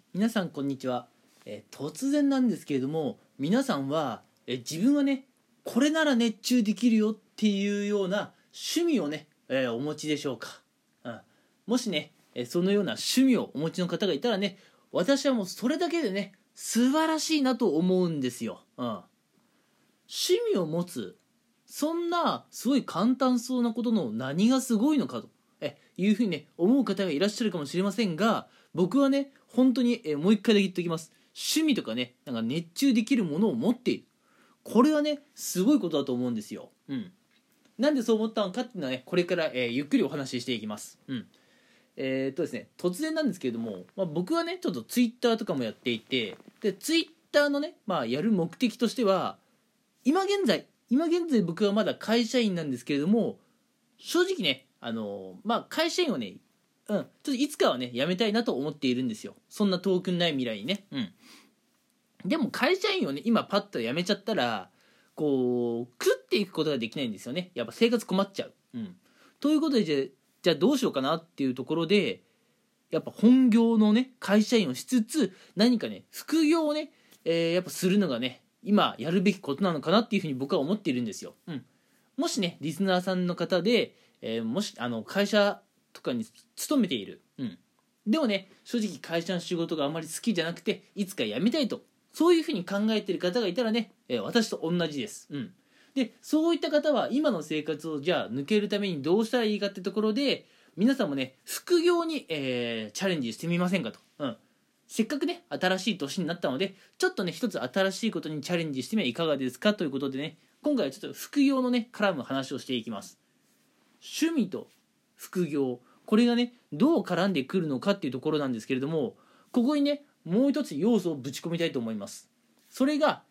皆さんこんにちは。突然なんですけれども、皆さんは、自分はねこれなら熱中できるよっていうような趣味をね、お持ちでしょうか。もしね、そのような趣味をお持ちの方がいたらね、私はもうそれだけでね素晴らしいなと思うんですよ。趣味を持つ、そんなすごい簡単そうなことの何がすごいのかというふうにね思う方がいらっしゃるかもしれませんが、僕はね本当にもう一回だけ言っておきます。趣味とかね、なんか熱中できるものを持っている、これはねすごいことだと思うんですよ。なんでそう思ったのかっていうのはね、これから、ゆっくりお話ししていきます。ですね、突然なんですけれども、僕はねちょっとツイッターとかもやっていて、でツイッターのね、やる目的としては、今現在僕はまだ会社員なんですけれども、正直ね会社員をねちょっといつかはね辞めたいなと思っているんですよ。そんな遠くない未来にね。でも会社員をね今パッと辞めちゃったら、こう食っていくことができないんですよね。やっぱ生活困っちゃう。ということで、じゃあどうしようかなっていうところで、やっぱ本業のね会社員をしつつ、何かね副業をね、やっぱするのがね今やるべきことなのかなっていうふうに僕は思っているんですよ。もしねリスナーさんの方で、もし会社とかに勤めている、でもね正直会社の仕事があまり好きじゃなくて、いつか辞めたいと、そういうふうに考えている方がいたらね、私と同じです。でそういった方は今の生活をじゃあ抜けるためにどうしたらいいかってところで、皆さんもね副業に、チャレンジしてみませんかと。せっかくね新しい年になったので、ちょっとね一つ新しいことにチャレンジしてみはいかがですかということでね、今回はちょっと副業のね絡む話をしていきます。趣味と副業、これがねどう絡んでくるのかっていうところなんですけれども、ここにねもう一つ要素をぶち込みたいと思います。それが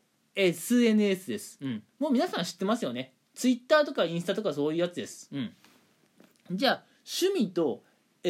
SNS です。もう皆さん知ってますよね。Twitter とかインスタとかそういうやつです。じゃあ趣味と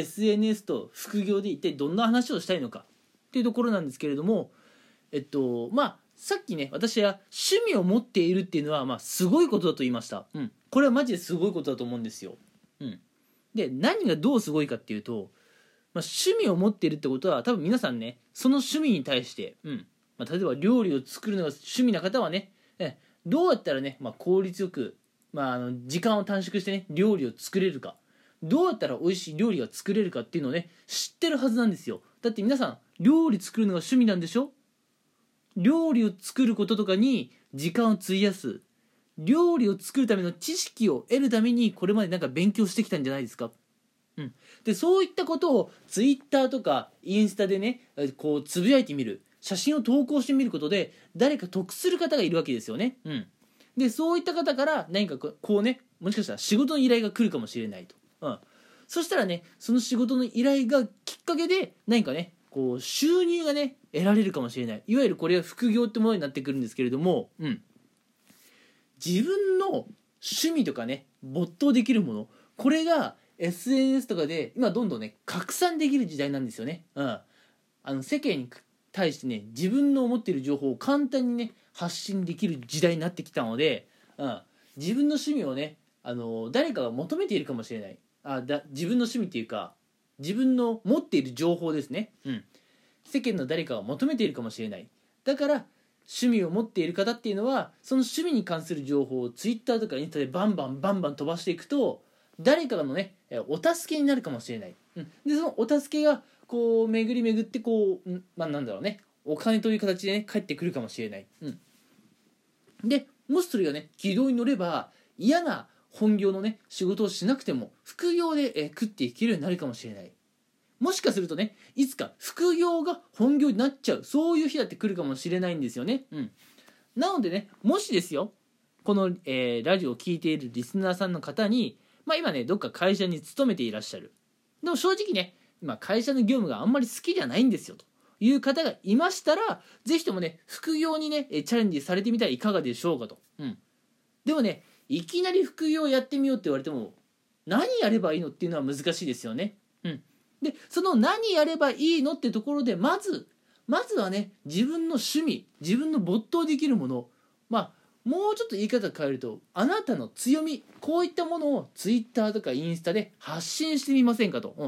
SNS と副業で一体どんな話をしたいのかっていうところなんですけれども、さっきね私は趣味を持っているっていうのはすごいことだと言いました。これはマジですごいことだと思うんですよ。で何がどうすごいかっていうと、趣味を持っているってことは、多分皆さんねその趣味に対して、例えば料理を作るのが趣味な方はね、どうやったらね、効率よく、時間を短縮してね料理を作れるか、どうやったら美味しい料理が作れるかっていうのをね知ってるはずなんですよ。だって皆さん料理作るのが趣味なんでしょ。料理を作ることとかに時間を費やす、料理を作るための知識を得るためにこれまでなんか勉強してきたんじゃないですか。でそういったことをツイッターとかインスタでねこうつぶやいてみる、写真を投稿してみることで誰か得する方がいるわけですよね。でそういった方から何かこうね、もしかしたら仕事の依頼が来るかもしれないと。そしたらねその仕事の依頼がきっかけで何かねこう収入がね得られるかもしれない。いわゆるこれは副業ってものになってくるんですけれども、自分の趣味とかね没頭できるもの、これが SNS とかで今どんどんね拡散できる時代なんですよね。世間に対してね自分の思っている情報を簡単にね発信できる時代になってきたので、自分の趣味をね誰かが求めているかもしれない。自分の趣味っていうか自分の持っている情報ですね。世間の誰かが求めているかもしれない。だから趣味を持っている方っていうのは、その趣味に関する情報をツイッターとかインスタでバンバン飛ばしていくと、誰かのねお助けになるかもしれない。でそのお助けがこう巡り巡ってこうなんだろうね、お金という形でね返ってくるかもしれない。でもしそれがね軌道に乗れば、嫌な本業のね仕事をしなくても副業で食っていけるようになるかもしれない。もしかするとねいつか副業が本業になっちゃう、そういう日だって来るかもしれないんですよね。なのでね、もしですよこの、ラジオを聞いているリスナーさんの方に、今ねどっか会社に勤めていらっしゃる、でも正直ね今会社の業務があんまり好きじゃないんですよという方がいましたら、ぜひともね副業にねチャレンジされてみてはいかがでしょうかと。でもねいきなり副業やってみようって言われても、何やればいいのっていうのは難しいですよね。でその何やればいいのってところで、まずはね自分の趣味、自分の没頭できるもの、もうちょっと言い方変えると、あなたの強み、こういったものをツイッターとかインスタで発信してみませんかと。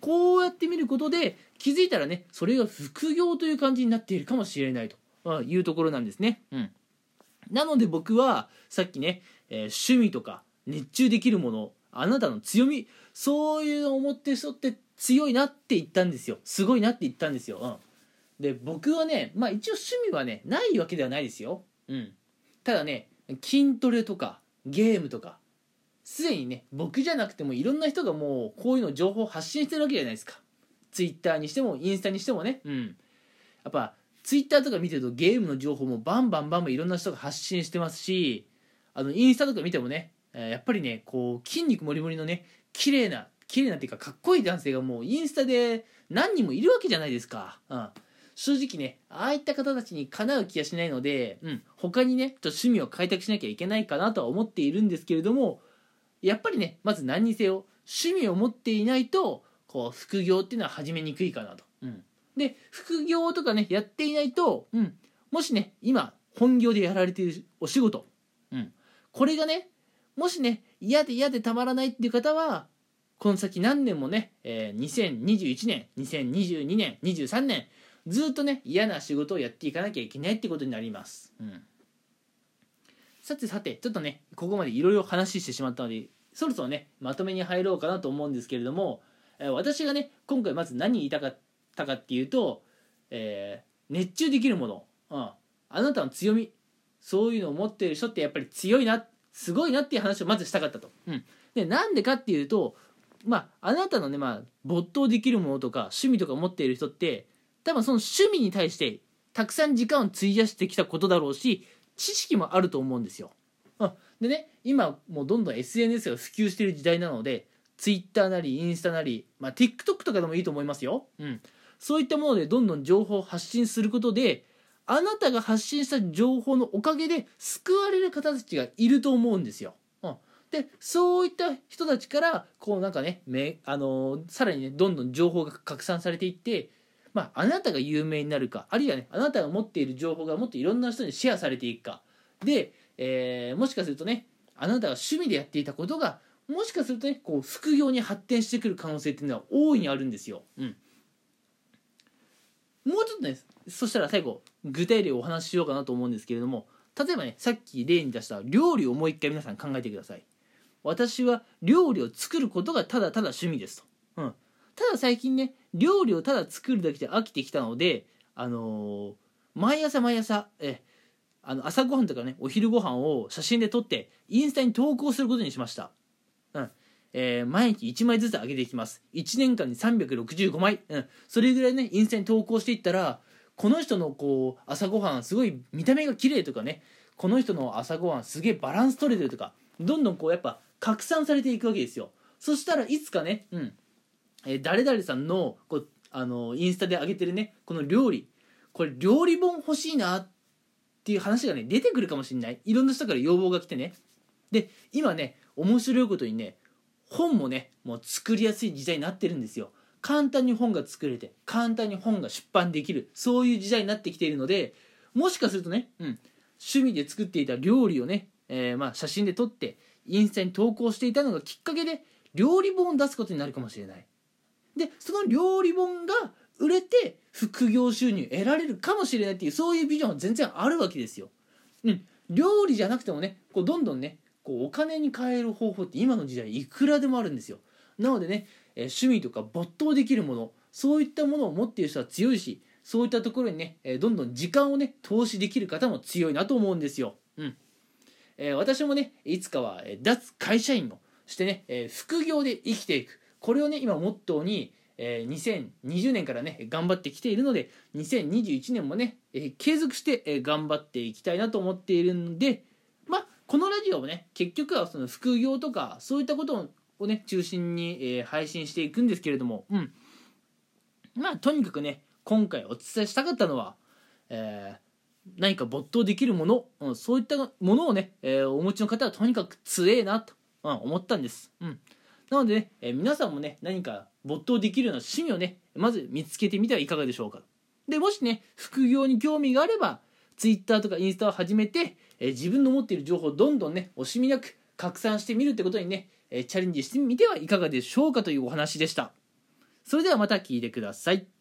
こうやって見ることで気づいたらね、それが副業という感じになっているかもしれないというところなんですね。なので僕はさっきね、趣味とか熱中できるもの、あなたの強み、そういうのを持ってる人って強いなって言ったんですよ。すごいなって言ったんですよ。で僕はね、一応趣味はねないわけではないですよ。ただね、筋トレとかゲームとかすでにね、僕じゃなくてもいろんな人がもうこういうの情報を発信してるわけじゃないですか。ツイッターにしてもインスタにしてもね。やっぱツイッターとか見てるとゲームの情報もバンバンいろんな人が発信してますし、インスタとか見てもね、やっぱりね、こう筋肉もりもりのね、綺麗なっていうかかっこいい男性がもうインスタで何人もいるわけじゃないですか。正直ね、ああいった方たちにかなう気がしないので、他にねちょっと趣味を開拓しなきゃいけないかなとは思っているんですけれども、やっぱりね、まず何にせよ趣味を持っていないとこう副業っていうのは始めにくいかなと。で副業とかねやっていないと、もしね今本業でやられているお仕事、これがねもしね嫌でたまらないっていう方は、この先何年もね、2021年2022年23年ずっとね嫌な仕事をやっていかなきゃいけないってことになります。さてちょっとねここまでいろいろ話してしまったので、そろそろねまとめに入ろうかなと思うんですけれども、私がね今回まず何言いたかったかっていうと、熱中できるもの、あなたの強み、そういうのを持っている人ってやっぱり強いな、すごいなっていう話をまずしたかったと。でなんでかっていうと、あなたのね没頭できるものとか趣味とか持っている人って多分その趣味に対してたくさん時間を費やしてきたことだろうし、知識もあると思うんですよ。でね、今もうどんどん SNS が普及している時代なので、Twitter なりインスタなり、TikTok とかでもいいと思いますよ。そういったものでどんどん情報を発信することで、あなたが発信した情報のおかげで救われる方たちがいると思うんですよ。でそういった人たちからこうなんかねさらにねどんどん情報が拡散されていって、あなたが有名になるか、あるいはねあなたが持っている情報がもっといろんな人にシェアされていくかで、もしかするとねあなたが趣味でやっていたことがもしかするとねこう副業に発展してくる可能性っていうのは大いにあるんですよ。もうちょっとね、そしたら最後具体例をお話ししようかなと思うんですけれども、例えばねさっき例に出した料理をもう一回皆さん考えてください。私は料理を作ることがただ趣味ですと。ただ最近ね料理をただ作るだけで飽きてきたので、毎朝朝ごはんとかねお昼ご飯を写真で撮ってインスタに投稿することにしました。毎日1枚ずつ上げていきます。1年間に365枚、それぐらいねインスタに投稿していったら、この人のこう朝ごはんすごい見た目が綺麗とかね、この人の朝ごはんすげえバランス取れてるとか、どんどんこうやっぱ拡散されていくわけですよ。そしたらいつかね、誰々さんのこうインスタで上げてるねこの料理、これ料理本欲しいなっていう話がね出てくるかもしれない。いろんな人から要望が来てね。で今ね面白いことにね本もねもう作りやすい時代になってるんですよ。簡単に本が作れて簡単に本が出版できる、そういう時代になってきているので、もしかするとね、趣味で作っていた料理をね、写真で撮ってインスタに投稿していたのがきっかけで料理本を出すことになるかもしれない。でその料理本が売れて副業収入得られるかもしれないっていう、そういうビジョンは全然あるわけですよ。料理じゃなくてもねこうどんどんねこうお金に換える方法って今の時代いくらでもあるんですよ。なのでね、趣味とか没頭できるもの、そういったものを持っている人は強いし、そういったところにねどんどん時間をね投資できる方も強いなと思うんですよ。私もねいつかは脱会社員をしてね、副業で生きていく、これをね今モットーに、2020年からね頑張ってきているので、2021年もね、継続して、頑張っていきたいなと思っているので、このラジオもね結局はその副業とかそういったことをね中心に、配信していくんですけれども、とにかくね今回お伝えしたかったのは、何か没頭できるもの、そういったものをね、お持ちの方はとにかく強えなと、思ったんです。なのでね、皆さんもね何か没頭できるような趣味をねまず見つけてみてはいかがでしょうか。でもしね副業に興味があれば Twitter とかインスタを始めて、自分の持っている情報をどんどんね惜しみなく拡散してみるってことにね、チャレンジしてみてはいかがでしょうかというお話でした。 それではまた聞いてください。